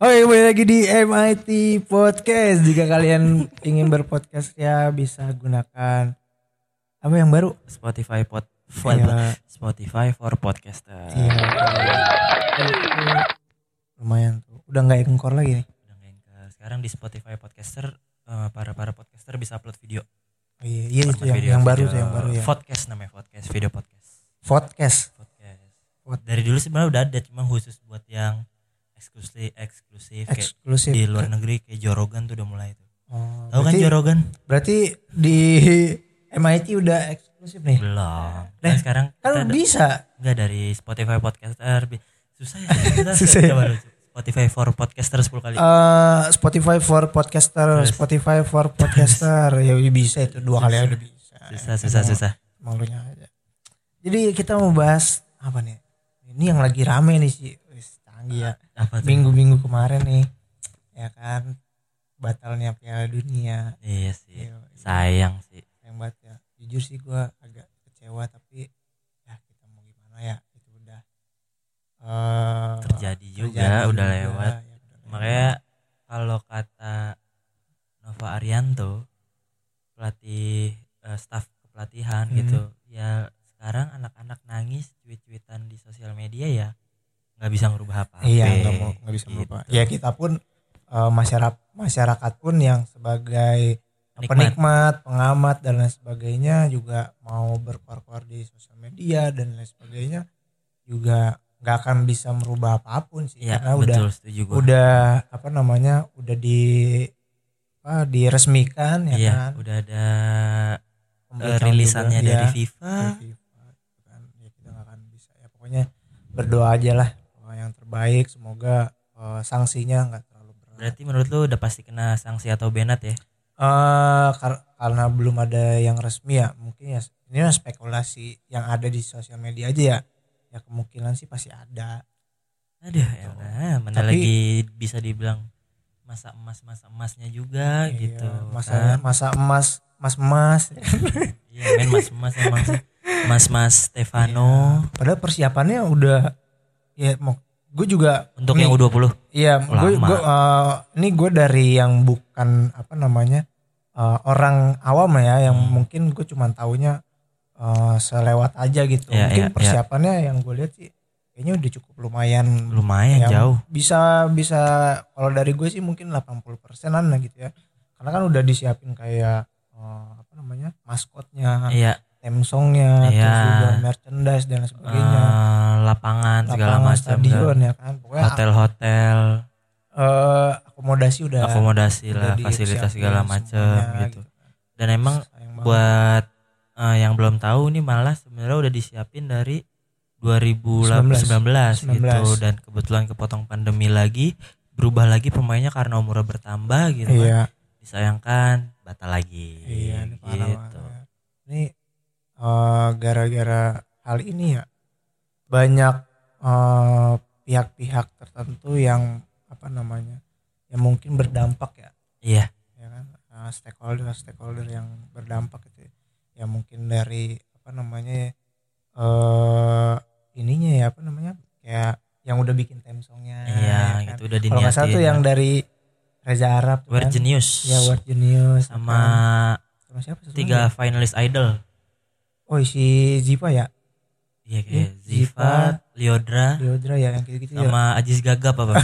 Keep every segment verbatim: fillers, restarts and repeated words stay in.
Oke, kembali lagi di M I T Podcast. Jika kalian ingin berpodcast ya bisa gunakan apa yang baru? Spotify pod Iya. Spotify for podcaster. Iya. Lumayan tuh. Udah nggak engkor lagi nih. Udah nggak engkor. Sekarang di Spotify podcaster uh, para para podcaster bisa upload video. Oh, iya, iya itu Upload yang, video, yang baru video tuh yang baru ya. Podcast namanya podcast, video podcast. Podcast. Podcast. Pod- Dari dulu sebenarnya udah ada, cuma khusus buat yang eksklusif, eksklusif kayak Eksklusif. di luar negeri kayak Joe Rogan tuh udah mulai tuh. Oh, Tahu kan berarti- Joe Rogan? Berarti di M I T udah eksklusif nih. Belum. Nah, Nah, sekarang Kan kita ada- bisa. enggak dari Spotify podcaster. Bi- Susah ya. Susah, Susah ya. Coba lu, Spotify for podcaster sepuluh kali. Eh, Spotify for podcaster, Terus. Spotify for podcaster. Ya bisa itu dua kali udah bisa. Susah, susah, Emang- susah. Malunya aja. Jadi kita mau bahas apa nih? Ini yang lagi rame nih sih. Wis, canggih ya. Apa tuh? Minggu-minggu kemarin nih. Ya kan batalnya Piala Dunia. Iya sih. Iya, Sayang sih. sayang banget ya. Jujur sih gue agak kecewa tapi ya kita mau gimana ya. Itu udah eh, Terjadi juga, terjadi udah juga, lewat. ya, udah lewat. Makanya kalau kata Nova Arianto, pelatih eh, staf kepelatihan Hmm. gitu, ya sekarang anak-anak nangis cuit-cuitan di sosial media ya nggak bisa ngerubah apa-apa. Iya nggak mau nggak bisa Gitu. merubah. Ya kita pun eh, masyarakat masyarakat pun yang sebagai Penikmat. penikmat, pengamat dan lain sebagainya juga mau berkoar-koar di sosial media dan lain sebagainya juga nggak akan bisa merubah apapun sih Iya, karena udah betul, setuju gua. udah apa namanya udah di apa diresmikan ya Iya, kan. udah ada eh, Pemberitahuan rilisannya juga, dari ya, FIFA. dari FIFA, gitu kan. Ya kita nggak akan bisa ya pokoknya berdoa aja lah eh, yang terbaik semoga eh, sanksinya nggak terlalu berat. Berarti menurut lu udah pasti kena sanksi atau benat ya? Eh kar- karena belum ada yang resmi ya mungkin ya ini mah spekulasi yang ada di sosial media aja ya ya kemungkinan sih pasti ada. Aduh, ya udah, mana Tapi- lagi bisa dibilang masa emas masa emasnya juga Iya, gitu. masanya kan. masa emas emas emas Iya, men mas emas emang sih. Mas mas Stefano padahal persiapannya udah ya mau gue juga untuk nih, yang U dua puluh. iya gue lama. gue eh, ini gue dari yang bukan apa namanya eh, orang awam ya yang Hmm. mungkin gue cuma taunya eh, selewat aja gitu. Iya, Mungkin iya, persiapannya yang gue lihat sih kayaknya udah cukup lumayan. Lumayan yang jauh. Bisa bisa kalau dari gue sih mungkin delapan puluh persenan lah gitu ya. Karena kan udah disiapin kayak eh, apa namanya? Maskotnya, Iya, theme songnya, Iya. terus juga merchandise dan lain sebagainya. eh, lapangan segala Lapangan macam stadion kan. ya kan. Pokoknya Hotel-hotel, eh, akomodasi udah akomodasi udah lah, fasilitas disiapin segala macam semuanya gitu. Dan emang Sayang banget. buat eh, yang belum tahu nih malah sebenarnya udah disiapin dari dua ribu sembilan belas gitu, sembilan belas. dan kebetulan kepotong pandemi lagi, berubah lagi pemainnya karena umurnya bertambah gitu kan. Iya, Disayangkan batal lagi. iya ini parah gitu. banget. Ini eh, gara-gara hal ini ya banyak eh, pihak-pihak tertentu yang apa namanya yang mungkin berdampak ya, Iya, ya kan Eh, stakeholder stakeholder yang berdampak itu ya. Ya mungkin dari apa namanya eh ininya ya apa namanya kayak yang udah bikin theme songnya. iya ya kan? gitu udah Kalau nggak salah tuh diniatin. yang dari Reza Arab tuh We're kan. Genius. Ya Word Genius Sama kan. Sama siapa satu tiga lagi? finalis Idol. Oh si Ziva ya, Iya kayak Iya, Ziva, Ziva, Liodra, Liodra ya yang gitu-gitu ya. sama Aziz Gagap apa?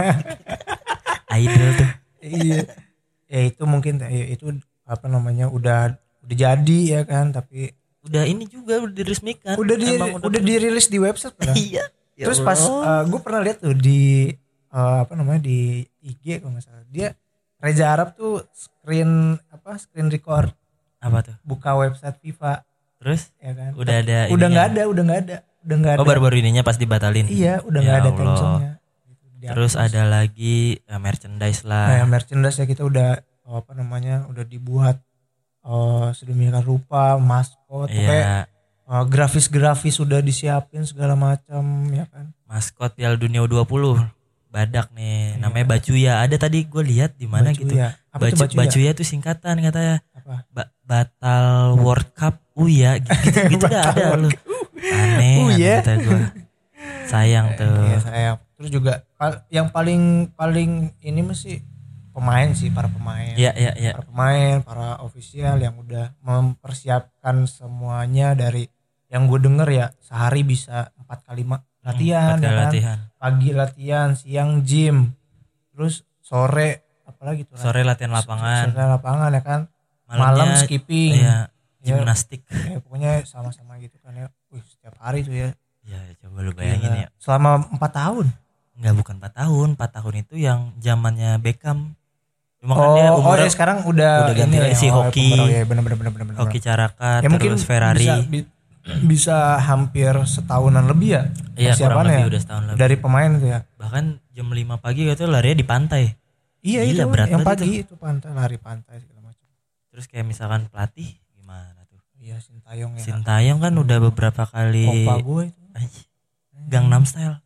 Idol tuh. Iya. Ya itu mungkin ya, itu apa namanya udah udah jadi ya kan tapi Udah ini juga udah diresmikan. udah di Emang udah, dirilis di website kan. Iya. Ya Terus pas Allah. gue pernah lihat tuh di eh, apa namanya di I G kalau nggak salah dia Reza Arab tuh screen apa screen record Apa tuh? buka website FIFA Terus ya kan. udah ada udah ininya. nggak ada udah nggak ada udah nggak ada. Oh baru-baru ininya pas dibatalin. Iya udah Ya nggak ada Allah. theme songnya. Gitu, Terus dihapus. ada lagi eh, merchandise Nah, lah. merchandise ya kita udah oh, apa namanya udah dibuat eh sedemikian rupa maskot pokoknya Iya, eh, grafis-grafis sudah disiapin segala macam ya kan. maskot Piala Dunia U dua puluh. Badak nih, Iya. namanya Bacuya. Ada tadi gue lihat di mana Baju gitu. ya. Apa tuh Baju baju ya? Bacuya tuh singkatan katanya. Apa? Ba- batal World Cup Uya gitu gitu dah ada Batal lu. Aneh, Uya. aneh kata gua. Sayang tuh. Iya saya. Terus juga pal- yang paling paling ini mesti pemain sih, para pemain. Iya iya iya. Para pemain, para ofisial yang udah mempersiapkan semuanya dari yang gue denger ya sehari bisa empat kali ma- latihan, Hmm, ya kan. latihan. Pagi latihan, siang gym, terus sore apalagi tuh Sore latihan lapangan. sore lapangan ya kan. Malamnya, Malam skipping. Iya, Ya, gimnastik. ya pokoknya sama-sama gitu kan ya. Wih, setiap hari tuh ya. Ya coba lu bayangin Gila. ya. Selama empat tahun. Enggak, bukan empat tahun. empat tahun itu yang zamannya Beckham. Cuma kan Oh, dia oh umurnya ya sekarang udah udah ganti ini lagi si oh, hoki. pembaru, ya, bener, bener, bener, bener, bener. Hoki Caraka, Ya mungkin terus Ferrari. bisa, bi- bisa hampir setahunan lebih ya. Iya, kurang persiapannya lebih ya, udah setahun lebih. dari pemain tuh ya. Bahkan jam lima pagi gitu larinya di pantai. Iya Gila, itu berat yang banget pagi itu. itu pantai, lari pantai segala macam. Terus kayak misalkan pelatih gimana tuh? Iya Sintayong ya. Sintayong kan udah beberapa kali Opa gue itu. Anjir, Gangnam Style.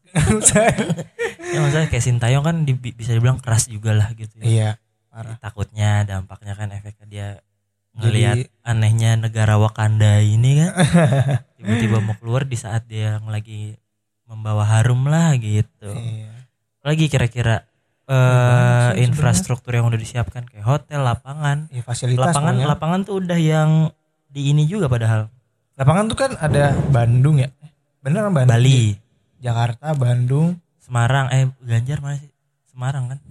Ya maksudnya kayak Sintayong kan di, bisa dibilang keras juga lah gitu ya. Iya, parah. Takutnya dampaknya kan efeknya dia ngelihat Jadi- anehnya negara Wakanda ini kan. Tiba-tiba mau keluar di saat dia lagi membawa harum lah gitu. Iya. Lagi kira-kira eh, banget sih infrastruktur yang udah disiapkan kayak hotel, lapangan. Iya, fasilitas Lapangan pokoknya. lapangan tuh udah yang di ini juga padahal. Lapangan tuh kan ada Bandung ya. Bener Bandung. Bali, Jakarta, Bandung. Semarang, eh Ganjar mana sih? Semarang kan.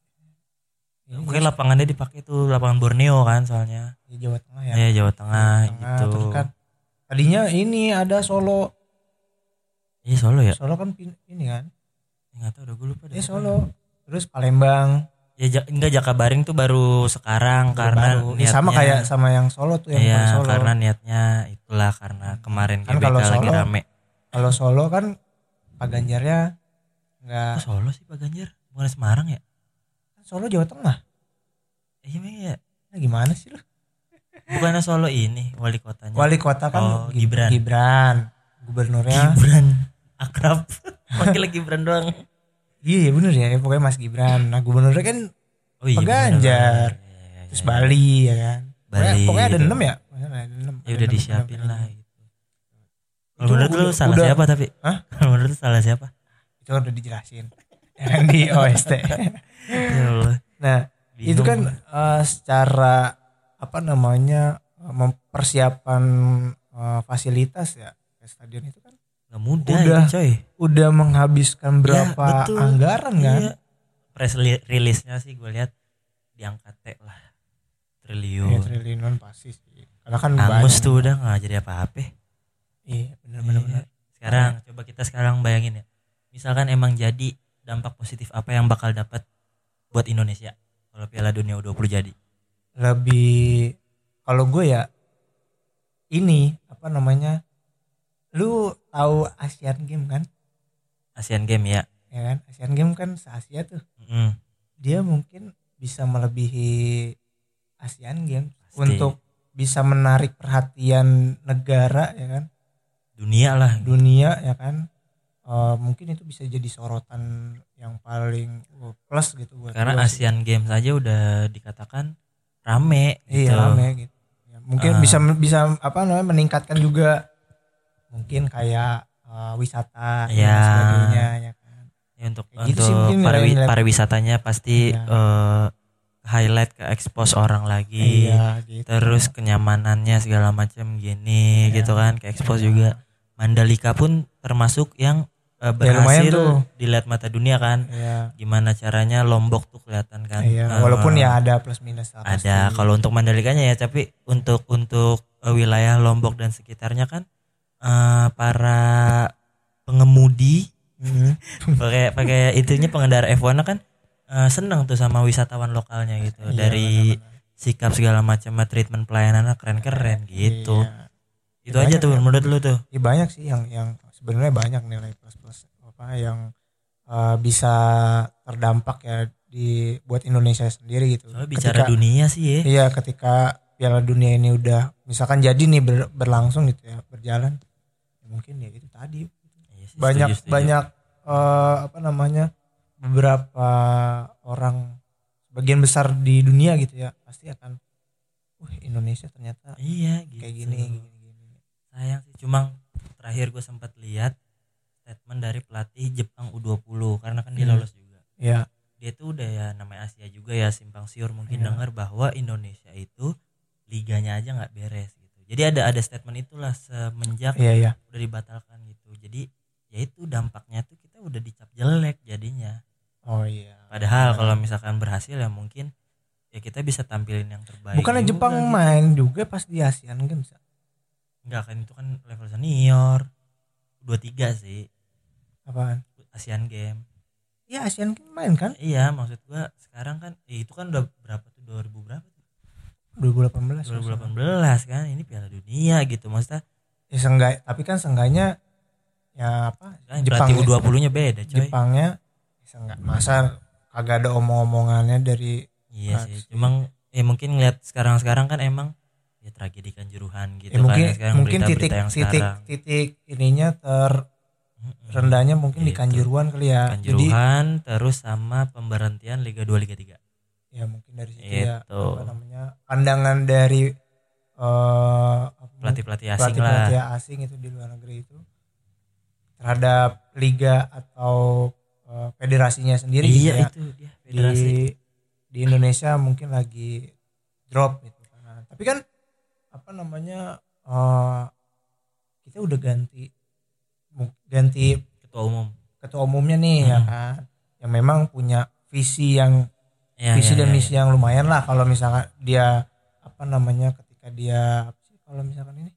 Ini Oke, lapangannya dipakai tuh lapangan Borneo kan soalnya. di Jawa Tengah ya. Ya Jawa Tengah, Jawa Tengah, gitu. terus kan tadinya ini ada Solo. Iya Solo ya. Solo kan pin- ini kan. Enggak tahu udah gue lupa deh. Eh Solo. Terus Palembang. Ya ja- enggak Jakabaring tuh baru sekarang karena Baru. Ini niatnya. sama kayak sama yang Solo tuh yang Iya, bukan Solo. karena niatnya itulah karena kemarin Kan G B K kalau lagi Solo- rame. Kalau Solo kan Pak Ganjarnya nggak. Oh, Solo sih Pak Ganjar, bukan Semarang ya? Kan Solo Jawa Tengah. Iya memang ya. Nah, gimana sih lu? Bukannya Solo ini wali kotanya. Wali kota kan Oh, Gib- Gibran. Gibran. Gubernurnya. Gibran akrab. Panggilnya Gibran doang. Iya, iya bener ya. Pokoknya Mas Gibran. Nah gubernurnya kan Oh iya. Pak bener, Ganjar. bener. Iya, iya, terus iya. Bali ya kan. Pokoknya, Bali, pokoknya ada gitu. enam ya. Pokoknya ada enam. Ya Ada udah enam, disiapin enam, lah enam. gitu. Itu Kalau menurut lu udah- salah udah- siapa tapi? Hah? Kalau menurut lu salah siapa? Itu kan udah dijelasin. Yang di O S T. Ya Allah. Nah Bingung. itu kan eh, secara apa namanya eh, mempersiapan eh, fasilitas ya kayak stadion itu kan Gak mudah Udah. itu coy. udah menghabiskan berapa betul. anggaran kan. Iya. Press li- rilisnya sih gue lihat di angka T lah. Triliun. Iya triliunan pasti sih. Karena kan Angus banyak. tuh udah gak jadi apa-apa. Iya benar-benar. benar. Sekarang coba kita sekarang bayangin ya. Misalkan emang jadi dampak positif apa yang bakal dapat buat Indonesia kalau Piala Dunia U dua puluh jadi? Lebih kalau gue ya ini apa namanya? Lu tahu Asian Game kan? Asian Game ya. Ya kan? Asian Game kan se-Asia tuh. Mm, Dia mungkin bisa melebihi Asian Games Pasti. untuk bisa menarik perhatian negara ya kan, dunia lah. dunia ya kan. Eh, mungkin itu bisa jadi sorotan yang paling uh, plus gitu buat Karena gua sih. Asian Games aja udah dikatakan rame gitu. Iya rame gitu. Ya, mungkin Ah. bisa bisa apa namanya meningkatkan juga mungkin kayak eh, wisata Iya. dan sebagainya ya kan. Ya, untuk Kayak gitu sih untuk mungkin pariwi- nilai-nilai. pariwisatanya pasti Iya. eh, highlight ke expose orang lagi. Iya gitu. Terus kenyamanannya segala macam gini Iya. gitu kan, ke expose Iya. juga. Mandalika pun termasuk yang eh, Ya, lumayan berhasil tuh. dilihat mata dunia kan. Iya. Gimana caranya Lombok tuh kelihatan kan. Iya, Eh, walaupun ya ada plus minus lah pasti. ada kalau untuk Mandalikanya ya, tapi untuk untuk eh, wilayah Lombok dan sekitarnya kan eh, para pengemudi Mhm. pakai pakai itunya pengendara F satu kan eh, seneng tuh sama wisatawan lokalnya gitu. Iya, Dari benar-benar. sikap segala macam treatment pelayanannya keren-keren gitu. Iya. Itu Ya, aja banyak tuh ya. menurut lu tuh. Ya, banyak sih yang yang sebenarnya banyak nilai plus plus apa yang eh, bisa terdampak ya di buat Indonesia sendiri gitu. Soalnya bicara Ketika- dunia sih ya. Iya, ketika Piala Dunia ini udah misalkan jadi nih ber- berlangsung gitu ya, berjalan. Ya mungkin ya itu tadi Iya sih, banyak setuju, setuju. banyak eh, apa namanya? Beberapa orang sebagian besar di dunia gitu ya pasti akan wah Indonesia ternyata Iya gitu. kayak gini gini gini. Sayang sih, cuma terakhir gue sempat lihat statement dari pelatih Jepang U dua puluh karena kan dia Hmm. lolos juga. Iya. Dia tuh udah ya namanya Asia juga ya simpang siur mungkin Iya. dengar bahwa Indonesia itu liganya aja nggak beres gitu. Jadi ada ada statement itulah semenjak Iya, iya. udah dibatalkan gitu. Jadi ya itu dampaknya tuh kita udah dicap jelek jadinya. Oh iya. Padahal Benar. kalau misalkan berhasil ya mungkin ya kita bisa tampilin yang terbaik. Bukannya juga Jepang gitu. main juga pas di ASEAN Games? Enggak kan itu kan level senior. dua puluh tiga sih Apaan? Asian Game. Iya, ASEAN Games main kan? Iya, maksud gua sekarang kan eh, itu kan udah berapa tuh dua ribu berapa tuh? dua ribu delapan belas. dua ribu delapan belas kan ini Piala Dunia gitu maksudnya. Ya seenggak, tapi kan seenggaknya ya apa? Kan pelatih U dua puluh-nya beda, coy. Jepangnya seenggak masa kagak ada omong-omongannya dari Iya pelatih. sih. Cuma eh mungkin ngeliat sekarang-sekarang kan emang ya tragedi Kanjuruhan gitu Ya, mungkin kan sekarang mungkin berita-berita titik yang titik sekarang. titik ininya Mm-mm. terendahnya mungkin di Gitu. Kanjuruhan kali ya. Jadi Kanjuruhan terus sama pemberhentian Liga dua Liga tiga. ya mungkin dari situ ya Itu. apa namanya pandangan dari eh, apa, Pelatih-pelatih asing pelatih-pelatih lah. asing itu di luar negeri itu terhadap liga atau eh, federasinya sendiri gitu Iya ya. itu dia federasi. di di Indonesia mungkin lagi drop gitu kan. Tapi kan apa namanya eh, kita udah ganti mu- ganti Ketua umum. ketua umumnya nih ya Hmm. kan, yang memang punya visi yang Ya, visi ya, dan ya, misi ya. yang lumayan lah. Kalau misalkan dia apa namanya ketika dia apa sih, kalau misalkan ini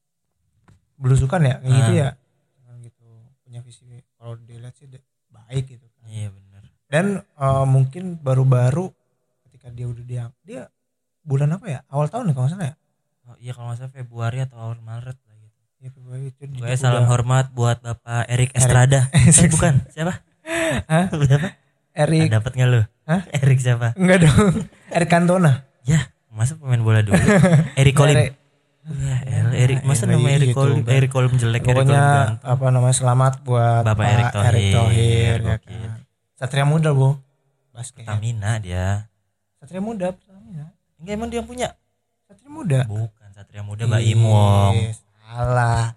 belusukan ya kayak gitu Ah. ya. Nah, gitu punya visi kalau dilihat sih de- baik gitu kan. Iya benar. Dan eh, mungkin baru-baru ketika dia udah dia dia bulan apa ya, awal tahun nih kalau nggak salah ya. Oh, iya kalau nggak salah Februari atau awal Maret lah gitu. Ya Februari itu dia Pokoknya salam udah- hormat buat Bapak Erik Estrada. Eh, bukan, siapa? Hah? Siapa? Erik Dapat nggak lu? Hah? Erik siapa? enggak dong. Erik Cantona. Ya, masa pemain bola dulu? Erik Kolim. Erik- Ya, El- Erik masa Erik nama Erik Kolim, YouTuber. Erik Kolim jelek, Erik Kolim Pokoknya ganteng. apa namanya selamat buat Bapak Pak Erick Thohir, Erick Thohir, ya gokil. kan. Satria Muda bu basket. Pertamina dia. Satria Muda Pertamina. Enggak emang dia yang punya? Satria Muda. Bukan Satria Muda Baim Wong. Ih, salah.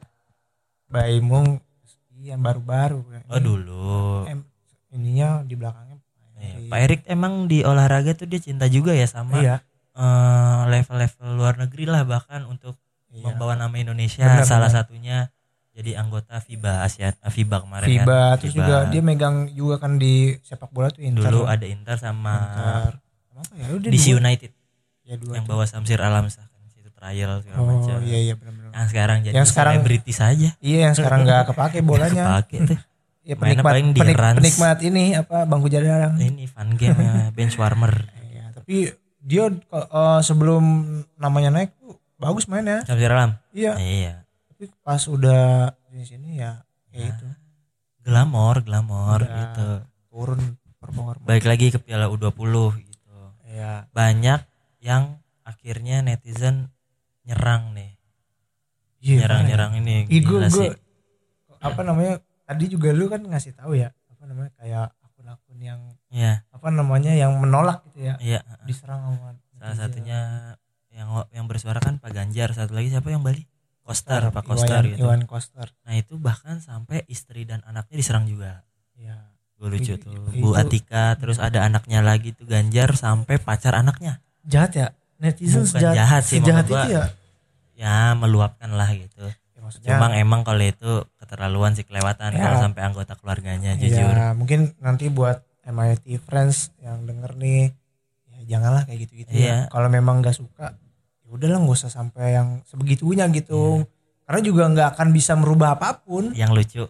Baimong yang baru-baru. Oh dulu. Em, ininya di belakangnya. Iya, Pak Erik emang di olahraga tuh dia cinta juga ya sama Iya. eh, level-level luar negeri lah bahkan untuk Iya. membawa nama Indonesia. Benar, Salah benar. satunya jadi anggota FIBA Asia eh, FIBA kemarin FIBA kan. terus FIBA. juga dia megang juga kan di sepak bola tuh Inter. Dulu ada Inter sama Inter. Sama apa ya? Udah D C dua- United Ya dua yang tuh. bawa Samsir Alamsah kan situ trial segala Oh macam. iya iya benar-benar. Yang sekarang jadi Yang sekarang- selebriti saja. Iya yang sekarang nggak kepake bolanya. Kepake tuh. Ya Mainnya penikmat paling di penik- Rans. penikmat ini apa bangku jalan. Ini fun game ya, bench warmer. Iya, tapi dia eh, sebelum namanya naik tuh bagus mainnya. Samsir Alam. Iya. Iya. Tapi pas udah di sini ya kayak Nah. itu Glamor, glamor Udah. gitu. turun performa. Balik lagi ke Piala U dua puluh gitu. Iya. Banyak yang akhirnya netizen nyerang nih. Iya, Nyerang-nyerang ini Ih, gue, gila sih. apa namanya tadi juga lu kan ngasih tahu ya apa namanya kayak akun-akun yang Iya, apa namanya yang menolak gitu ya iya. diserang sama Salah netizen. satunya yang yang bersuara kan Pak Ganjar, satu lagi siapa yang Bali? Koster, Iwan- Pak Koster gitu. Iwan Koster. Nah, itu bahkan sampai istri dan anaknya diserang juga. Iya. Gue lucu Itu- tuh. itu- Bu Atika, terus ada anaknya lagi tuh Ganjar sampai pacar anaknya. Jahat ya netizen Bukan sejahat, jahat sih, sejahat maksud gua. itu ya. Ya, meluapkan lah gitu. Ya, maksudnya Cuma emang kalau itu keterlaluan sih kelewatan Ya. kalau sampai anggota keluarganya jujur. ya mungkin nanti buat M I T friends yang denger nih ya janganlah kayak gitu-gitu Iya. ya. Kalau memang nggak suka ya udahlah nggak usah sampai yang sebegitunya gitu. Iya. Karena juga nggak akan bisa merubah apapun. Yang lucu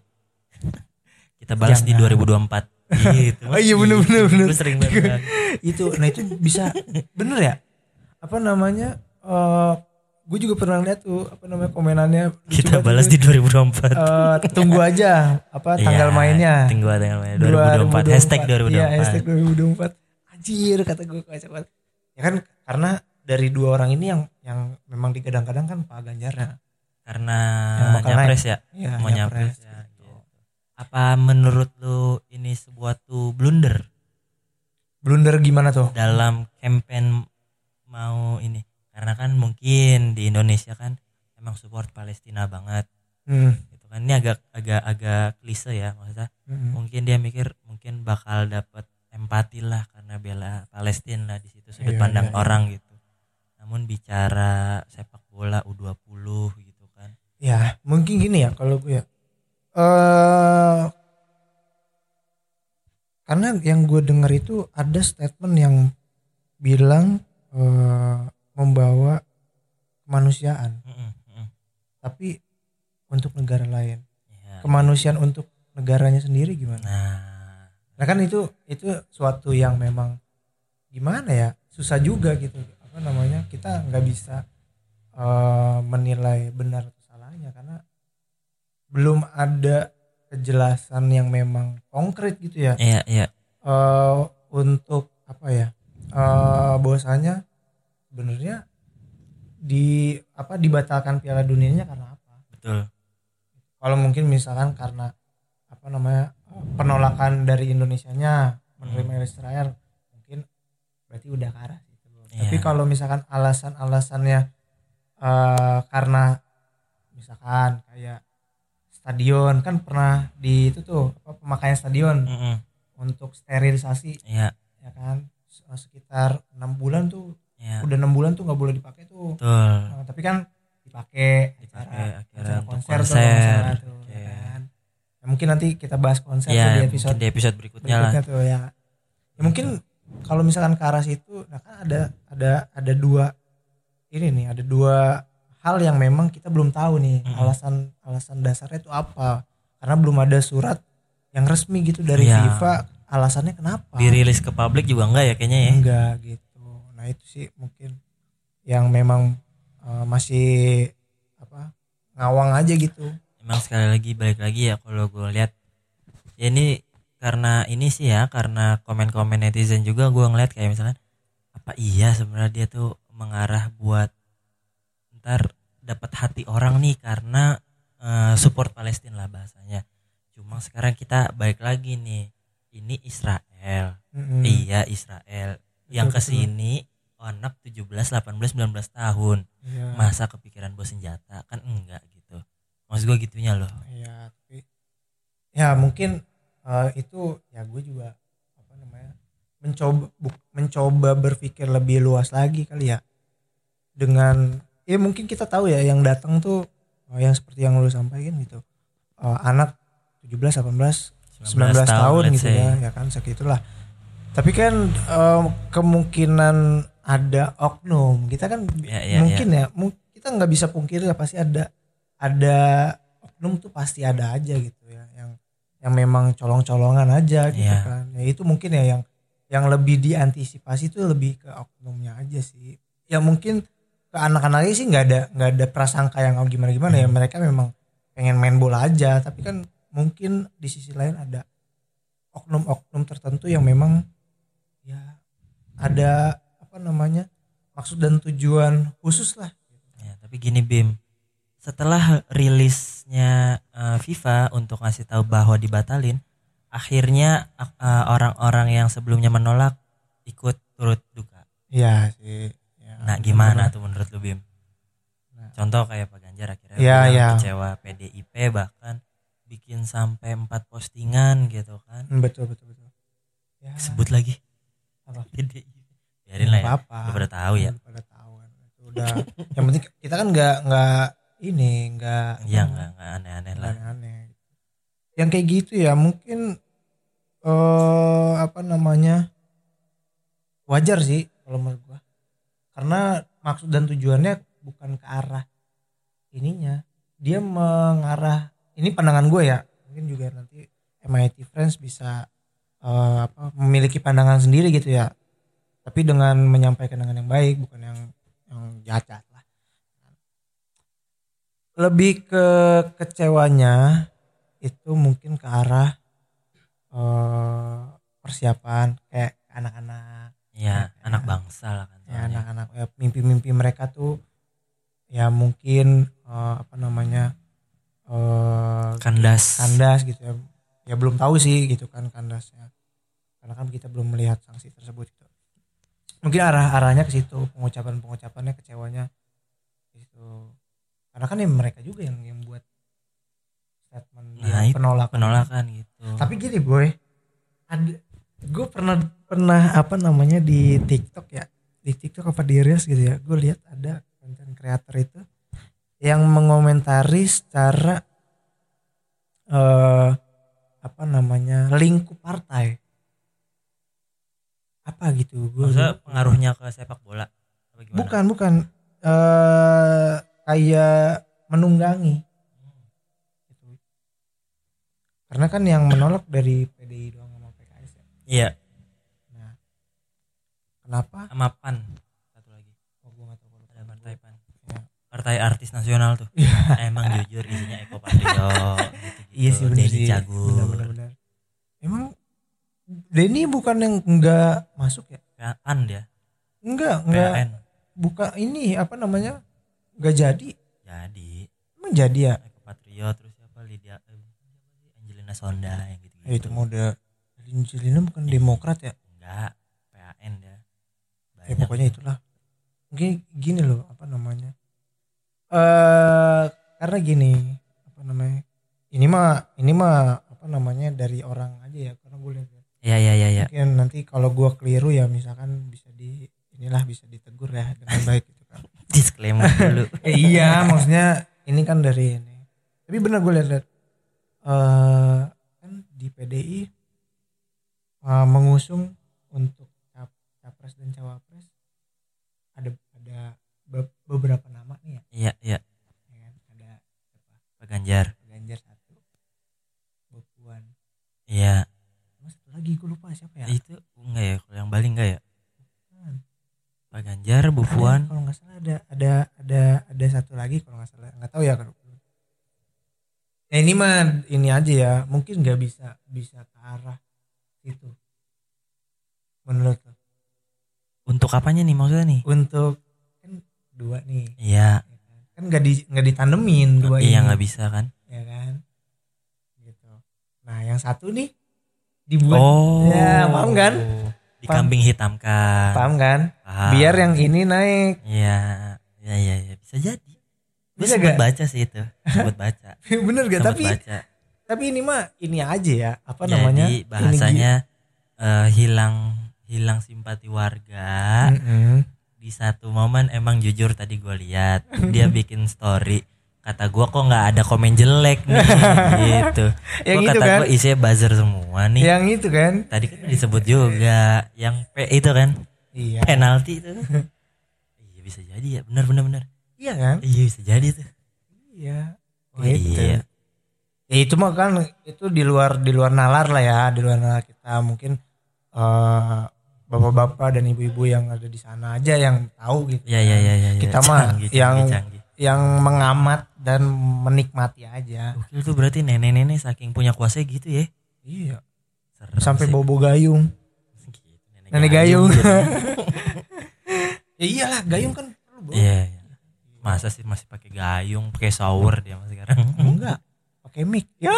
kita balas di Jangan. dua ribu dua puluh empat. Gitu. Oh iya, bener, bener, bener. Gue sering banget. Itu nah itu bisa bener ya apa namanya eh gue juga pernah lihat tuh apa namanya komenannya lucu Kita banget balas itu. di dua ribu dua puluh empat. Eh, tunggu aja apa tanggal Iya, mainnya Tunggu tanggal mainnya dua ribu dua puluh empat. Hashtag dua ribu dua Iya, puluh empat. hashtag dua ribu dua puluh empat anjir kata gue kacau banget ya kan karena dari dua orang ini yang yang memang digadang-gadang kan Pak Ganjar ya Karena Yang bakal nyapres naik. ya. Iya, Mau nyapres, nyapres ya. gitu. gitu. Apa menurut lu ini sebuah tuh blunder blunder gimana tuh dalam campaign mau ini? Karena kan mungkin di Indonesia kan emang support Palestina banget hmm. gitu kan. Ini agak agak agak klise ya maksudnya. Mm-mm. Mungkin dia mikir mungkin bakal dapat empati lah karena bela Palestina di situ sudut Iya, pandang iya, iya. orang gitu. Namun bicara sepak bola U dua puluh gitu kan. Ya mungkin gini ya kalau gue ya. Eh karena yang gue dengar itu ada statement yang bilang eh, membawa kemanusiaan, Mm-mm, mm-mm. tapi untuk negara lain. Ya, Kemanusiaan untuk negaranya sendiri gimana? nah, Nah kan itu itu suatu yang memang gimana ya, susah juga gitu. Apa namanya, kita nggak bisa eh, menilai benar atau salahnya karena belum ada kejelasan yang memang konkret gitu ya. iya iya Eh, untuk apa ya? Eh bahwasanya sebenarnya di apa dibatalkan Piala Dunianya karena apa? betul. Kalau mungkin misalkan karena apa namanya penolakan dari Indonesianya menerima Israel, mungkin berarti udah ke arah situ. Tapi Iya. kalau misalkan alasan-alasannya eh, karena misalkan kayak stadion kan pernah di itu tuh apa, pemakaian stadion Mm-mm. untuk sterilisasi Iya ya kan. Se- sekitar enam bulan tuh, iya udah enam bulan tuh nggak boleh dipakai tuh. betul. Nah, tapi kan dipakai Dipakai acara akhirnya acara untuk konser, tuh kalau nggak konser. salah tuh Oke. ya kan. Ya, mungkin nanti kita bahas konser tuh Ya di mungkin episode di episode berikutnya, berikutnya lah. tuh ya. Ya mungkin kalau misalkan ke arah situ, nah kan ada ada ada dua ini nih, ada dua hal yang memang kita belum tahu nih Mm-mm. alasan alasan dasarnya itu apa. Karena belum ada surat yang resmi gitu dari Iya. FIFA alasannya kenapa. Dirilis ke publik juga enggak ya kayaknya ya. Enggak gitu. Nah itu sih mungkin yang memang eh, masih apa ngawang aja gitu. Emang sekali lagi balik lagi ya kalau gue lihat ya ini karena ini sih ya karena komen-komen netizen juga gue ngeliat kayak misalkan apa iya sebenarnya dia tuh mengarah buat ntar dapat hati orang nih karena eh, support Palestina lah bahasanya. Cuma sekarang kita balik lagi nih, ini Israel. Mm-mm. Iya Israel yang Betul, betul. kesini anak tujuh belas, delapan belas, sembilan belas tahun. Iya. Masa kepikiran bawa senjata kan enggak gitu. Maksud gue gitunya loh. Iya, tapi ya mungkin eh, itu ya gue juga apa namanya mencoba bu- mencoba berpikir lebih luas lagi kali ya, dengan ya mungkin kita tahu ya yang datang tuh eh, yang seperti yang lu sampaikan gitu. Eh, anak tujuh belas, delapan belas, sembilan belas tahun let's gitu say. ya, ya kan segitulah. Tapi kan eh, kemungkinan ada oknum, kita kan Ya, ya, mungkin ya, mu- kita nggak bisa pungkiri lah pasti ada ada oknum tuh pasti ada aja gitu ya, yang yang memang colong-colongan aja gitu Iya. kan. Ya itu mungkin ya yang yang lebih diantisipasi tuh lebih ke oknumnya aja sih. Ya mungkin ke anak-anaknya sih nggak ada nggak ada prasangka yang gimana gimana ya, Hmm. mereka memang pengen main bola aja, tapi kan mungkin di sisi lain ada oknum-oknum tertentu yang memang ya ada apa namanya maksud dan tujuan khusus lah. Ya, tapi gini Bim, setelah rilisnya eh, FIFA untuk ngasih tahu bahwa dibatalin, akhirnya eh, orang-orang yang sebelumnya menolak ikut turut duka. Iya sih. Ya, Nah, gimana benar. tuh menurut lu Bim? Nah. Contoh kayak Pak Ganjar akhirnya Ya, bilang ya. kecewa, P D I P bahkan bikin sampai empat postingan gitu kan. Hmm, betul betul betul. Ya, Sebut lagi apa? P D I P. Biarin lah ya. Apa-apa. Udah pada tahu ya. Udah pada tahu kan. Itu udah. Yang penting kita kan nggak nggak ini nggak Iya enggak enggak aneh-aneh nggak lah. aneh-aneh. Yang kayak gitu ya mungkin eh apa namanya wajar sih kalau menurut gua. Karena maksud dan tujuannya bukan ke arah ininya. Dia mengarah, ini pandangan gue ya. Mungkin juga nanti M I T Friends bisa eh, apa memiliki pandangan sendiri gitu ya. Tapi dengan menyampaikan dengan yang baik, bukan yang yang jahat lah. Lebih ke kecewanya itu mungkin ke arah eh, persiapan kayak anak-anak. Ya, Ya, anak bangsa lah kan. Ya soalnya. anak-anak ya, mimpi-mimpi mereka tuh ya mungkin eh, apa namanya eh, Kandas. kandas gitu ya. Ya belum tahu sih gitu kan kandasnya. Karena kan kita belum melihat sanksi tersebut gitu. Mungkin arah-arahnya ke situ, pengucapan-pengucapannya kecewanya gitu. Karena kan ya mereka juga yang yang buat statement Nah, dia itu penolakan. penolakan gitu. Tapi gini boy, ada gue pernah pernah apa namanya di TikTok ya, di TikTok apa di Reels gitu ya, gue lihat ada konten kreator itu yang mengomentari secara eh, apa namanya lingkup partai apa gitu gue. Maksudnya pengaruhnya ke sepak bola apa gimana? Bukan bukan eh kayak menunggangi gitu. Karena kan yang menolak dari P D I doang sama P K S ya. Iya. Nah, kenapa? Sama P A N satu lagi. Oh, gue gak tahu kalau Ada partai P A N. ya. Partai artis nasional tuh. Emang jujur isinya Eko Patrio gitu-gitu. Iya sih benar Denny sih. Cagur. Benar-benar. Emang Denny bukan yang enggak masuk ya? P A N dia. Enggak, P enggak. A N. Bukan ini apa namanya? Enggak jadi. Jadi. Emang jadi ya? Eko Patrio terus siapa Lydia eh, Angelina Sonda yang gitu. Eh, itu mode Angelina bukan Demokrat ya? Enggak, P A N dia. Ya pokoknya itulah. Mungkin gini loh apa namanya? Eh karena gini apa namanya? Ini mah ini mah apa namanya dari orang aja ya karena gue lihat. Iya iya iya ya. Mungkin nanti kalau gue keliru ya misalkan bisa di inilah bisa ditegur ya dengan baik gitu kan. Disclaimer dulu. Eh, iya maksudnya ini kan dari ini. Tapi benar gue lihat-lihat eh kan di P D I uh, mengusung untuk cap, capres dan cawapres ada ada be- beberapa nama nih ya. Iya iya. Ya kan? Ada apa? Pak Ganjar. Pak Ganjar satu, Mbak Puan. Iya. Mas satu lagi gue lupa siapa ya. Itu enggak ya, kalau yang Bali enggak ya? Hmm. Pak Ganjar, Bu Puan. Kalau nggak salah ada ada ada ada satu lagi kalau nggak salah nggak tahu ya kalau. Ya ini mah ini aja ya mungkin nggak bisa bisa ke arah itu menurut lo. Untuk apanya nih maksudnya nih? Untuk kan dua nih Iya. kan nggak di nggak ditanemin dua ini Iya nggak bisa kan? ya kan gitu. Nah yang satu nih dibuat Oh. ya paham kan? Dikambing hitamkan. Paham kan? Paham. Biar yang ini naik. Iya. Iya iya ya. Bisa jadi. Gue Bisa sempat gak? baca sih itu. Sempat baca. Bener gak? Sempat Tapi baca. tapi ini mah ini aja ya apa Jadi namanya? bahasanya eh, hilang hilang simpati warga. Mm-mm. Di satu momen emang jujur tadi gue lihat dia bikin story. Kata gue kok nggak ada komen jelek nih gitu. Yang Kok itu kata kan? gue isinya buzzer semua nih. Yang itu kan? Tadi kan disebut juga yang P itu kan Iya. penalti itu. Iya bisa jadi ya benar benar benar. Iya kan? Iya bisa jadi tuh. Iya. Oh, Gitu. iya. Ya itu mah kan itu di luar di luar nalar lah ya, di luar nalar kita mungkin eh, bapak-bapak dan ibu-ibu yang ada di sana aja yang tahu gitu. Iya iya iya iya. Kita mah Canggih, yang canggih, canggih. yang mengamat dan menikmati aja. Gokil tuh berarti nenek-nenek saking punya kuasa gitu ya. Iya. Serem Sampai sih. bobo gayung. Gitu, Nenek gayung. gitu. Ya iyalah gayung kan perlu, Bro. Iya. Iya. Masa sih masih pakai gayung, pakai shower dia masih sekarang. Enggak. Pakai mic. Ya.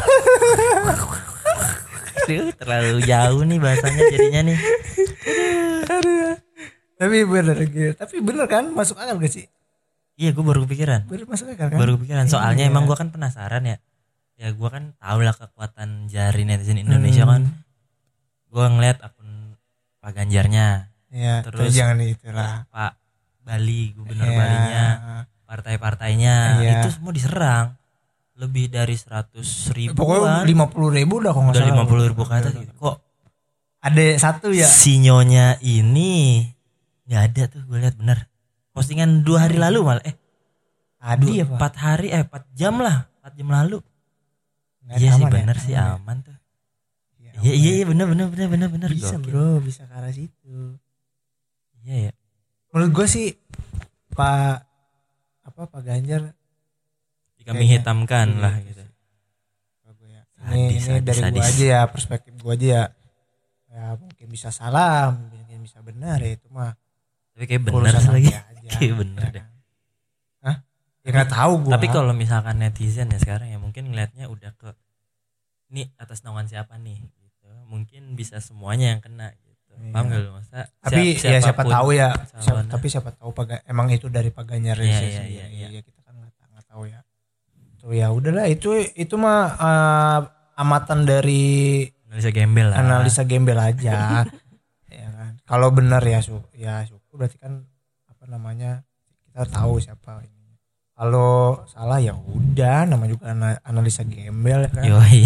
Aduh, terlalu jauh nih bahasanya jadinya nih. Aduh. Tapi bener gitu. Tapi bener kan masuk akal gak sih? Iya, gue baru kepikiran. Bener masuk akal kan? Baru kepikiran. Soalnya Iya. emang gue kan penasaran ya. Ya gue kan tahu lah kekuatan jari netizen Indonesia Hmm. kan. Gue ngeliat akun Pak Ganjarnya, Ya, Terus- terus jangan itulah. Pak Bali, gubernur Ya. Balinya, partai-partainya Iya. itu semua diserang. Lebih dari seratus ribuan. Pokoknya lima puluh ribu udah kalau nggak Udah salah. lima puluh ribu ke atas gitu. Kok Ada satu ya. sinyonya ini nggak ada tuh, gue lihat bener. Postingan dua hari lalu malah eh Adi dua- apa? empat hari eh empat jam lah, empat jam lalu. Nggak Iya sih aman ya? bener sih Aman ya? aman tuh. Iya, Iya aman iya ya. iya bener bener bener bener bener. Bisa Gokil. bro, bisa ke arah situ. Iya ya. Menurut gue sih Pak apa Pak Ganjar Kami Kayaknya. hitamkan Iya, lah iya gitu. sih. Ini, Sadis, ini sadis, dari gue sadis. aja ya, perspektif gue aja ya. Ya mungkin bisa salah, mungkin bisa benar ya itu mah. Tapi kayak bener urusan sih lagi. nanti aja, Kayak bener ya deh. kan? Hah? Ya nggak tahu gue. Tapi kalau misalkan netizen ya sekarang ya mungkin ngelihatnya udah ke ini atas naungan siapa nih gitu. Mungkin bisa semuanya yang kena gitu. Iya. Paham gak lu masa? tapi ya siapa siapapun tahu ya. Siapa, calonnya. tapi siapa tahu Pak Ga- emang itu dari Pak Ganjar Iya, sih iya, sendiri. iya, iya. Ya, kita kan nggak nggak tahu ya. Itu gitu ya udahlah itu itu mah uh, amatan dari analisa gembel lah. Analisa gembel aja. Ya kan. Kalau benar ya su ya syukur berarti kan apa namanya kita tahu siapa ini. Kalau salah ya udah namanya juga analisa gembel ya kan. Yoi.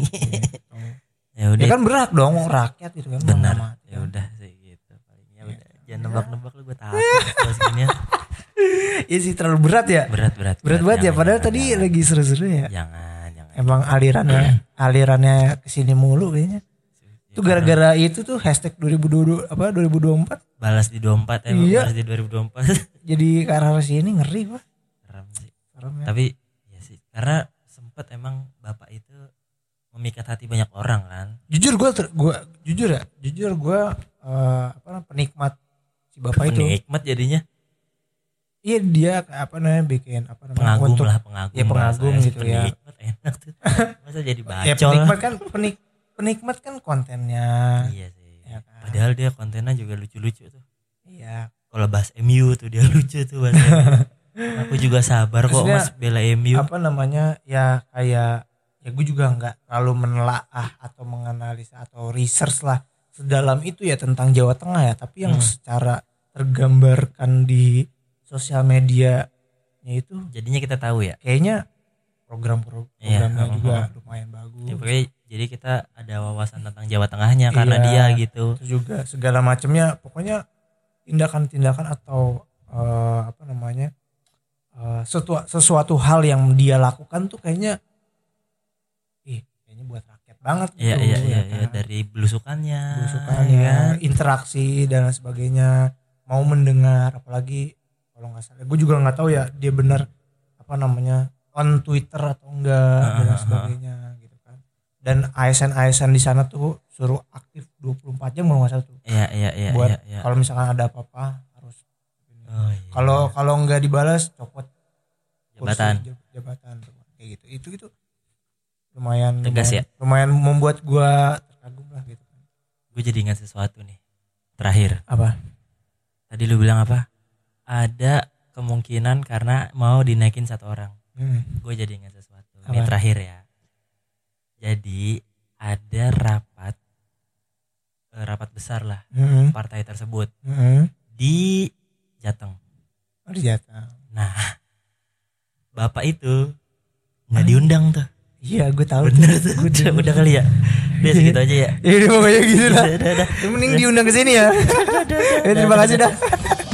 Ya udah. Ya kan berat dong rakyat gitu kan. Benar. Ya udah sih gitu. Palingnya ya, udah. Jangan nebak-nebak lu gue takut bahas ginian. Iya sih terlalu berat ya. Berat berat. Berat banget ya padahal jangan, tadi jangan. Lagi seru-seru ya. Jangan, jangan. Emang alirannya alirannya kesini mulu kayaknya. Itu gara-gara itu tuh hashtag dua ribu dua puluh dua apa dua ribu dua puluh empat balas di dua puluh empat emang iya. Balas di dua ribu dua puluh empat. Jadi ke arah sini ngeri Pak. Serem sih. Serem ya. Tapi ya sih karena sempat emang bapak itu memikat hati banyak orang kan. Jujur gue gua jujur ya, jujur gue uh, apa penikmat si bapak penikmat itu. Penikmat jadinya. Iya dia apa namanya bikin apa namanya pengagum untuk, lah pengagum. Ya pengagum gitu ya. Penikmat enak tuh. Masa jadi bacol. Ya penikmat kan penik penikmat kan kontennya. Iya sih. Ya kan? Padahal dia kontennya juga lucu-lucu tuh. Iya. Kalau bahas M U tuh dia lucu tuh bahas M U. Aku juga sabar kok Mas bela M U. Apa namanya ya kayak ya gue juga nggak terlalu menelaah atau menganalisa atau research lah sedalam itu ya tentang Jawa Tengah ya. Tapi yang hmm. secara tergambarkan di sosial medianya itu jadinya kita tahu ya. Kayaknya program-programnya ya, juga uh-huh. lumayan bagus. Ya, pokoknya jadi kita ada wawasan tentang Jawa Tengahnya karena iya, dia gitu. Terus juga segala macamnya, pokoknya tindakan-tindakan atau uh, apa namanya uh, sesuatu, sesuatu hal yang dia lakukan tuh kayaknya, ih kayaknya buat rakyat banget. Iya gitu, iya ya iya, kan? iya dari belusukannya, belusukannya, ya. Interaksi dan sebagainya, mau mendengar, apalagi kalau nggak salah, gue juga nggak tahu ya dia benar apa namanya on Twitter atau enggak uh, dan sebagainya gitu kan. Dan A S N A S N di sana tuh suruh aktif dua puluh empat jam kalau nggak salah tuh. Iya iya iya. Buat iya, iya. kalau misalkan ada apa-apa harus. Oh, iya. Kalau kalau nggak dibalas copot jabatan. Kursi, jabatan kayak gitu. Itu gitu lumayan. Tegas lumayan, ya. Lumayan membuat gue terkagum lah gitu. Gue jadi ingat sesuatu nih. Terakhir. Apa? Tadi lu bilang apa? Ada kemungkinan karena mau dinaikin satu orang. Hmm. Gue jadi ingat sesuatu. Apa? Ini terakhir ya. Jadi ada rapat eh, rapat besar lah hmm. partai tersebut hmm. di Jateng. Oh, di Jateng. Nah, bapak itu nggak diundang tuh. Iya, gue tahu. Bener tuh. Udah, udah kali ya. Udah segitu aja ya. Iya, pokoknya gitu lah. Mending diundang ke sini ya. Terima kasih dah.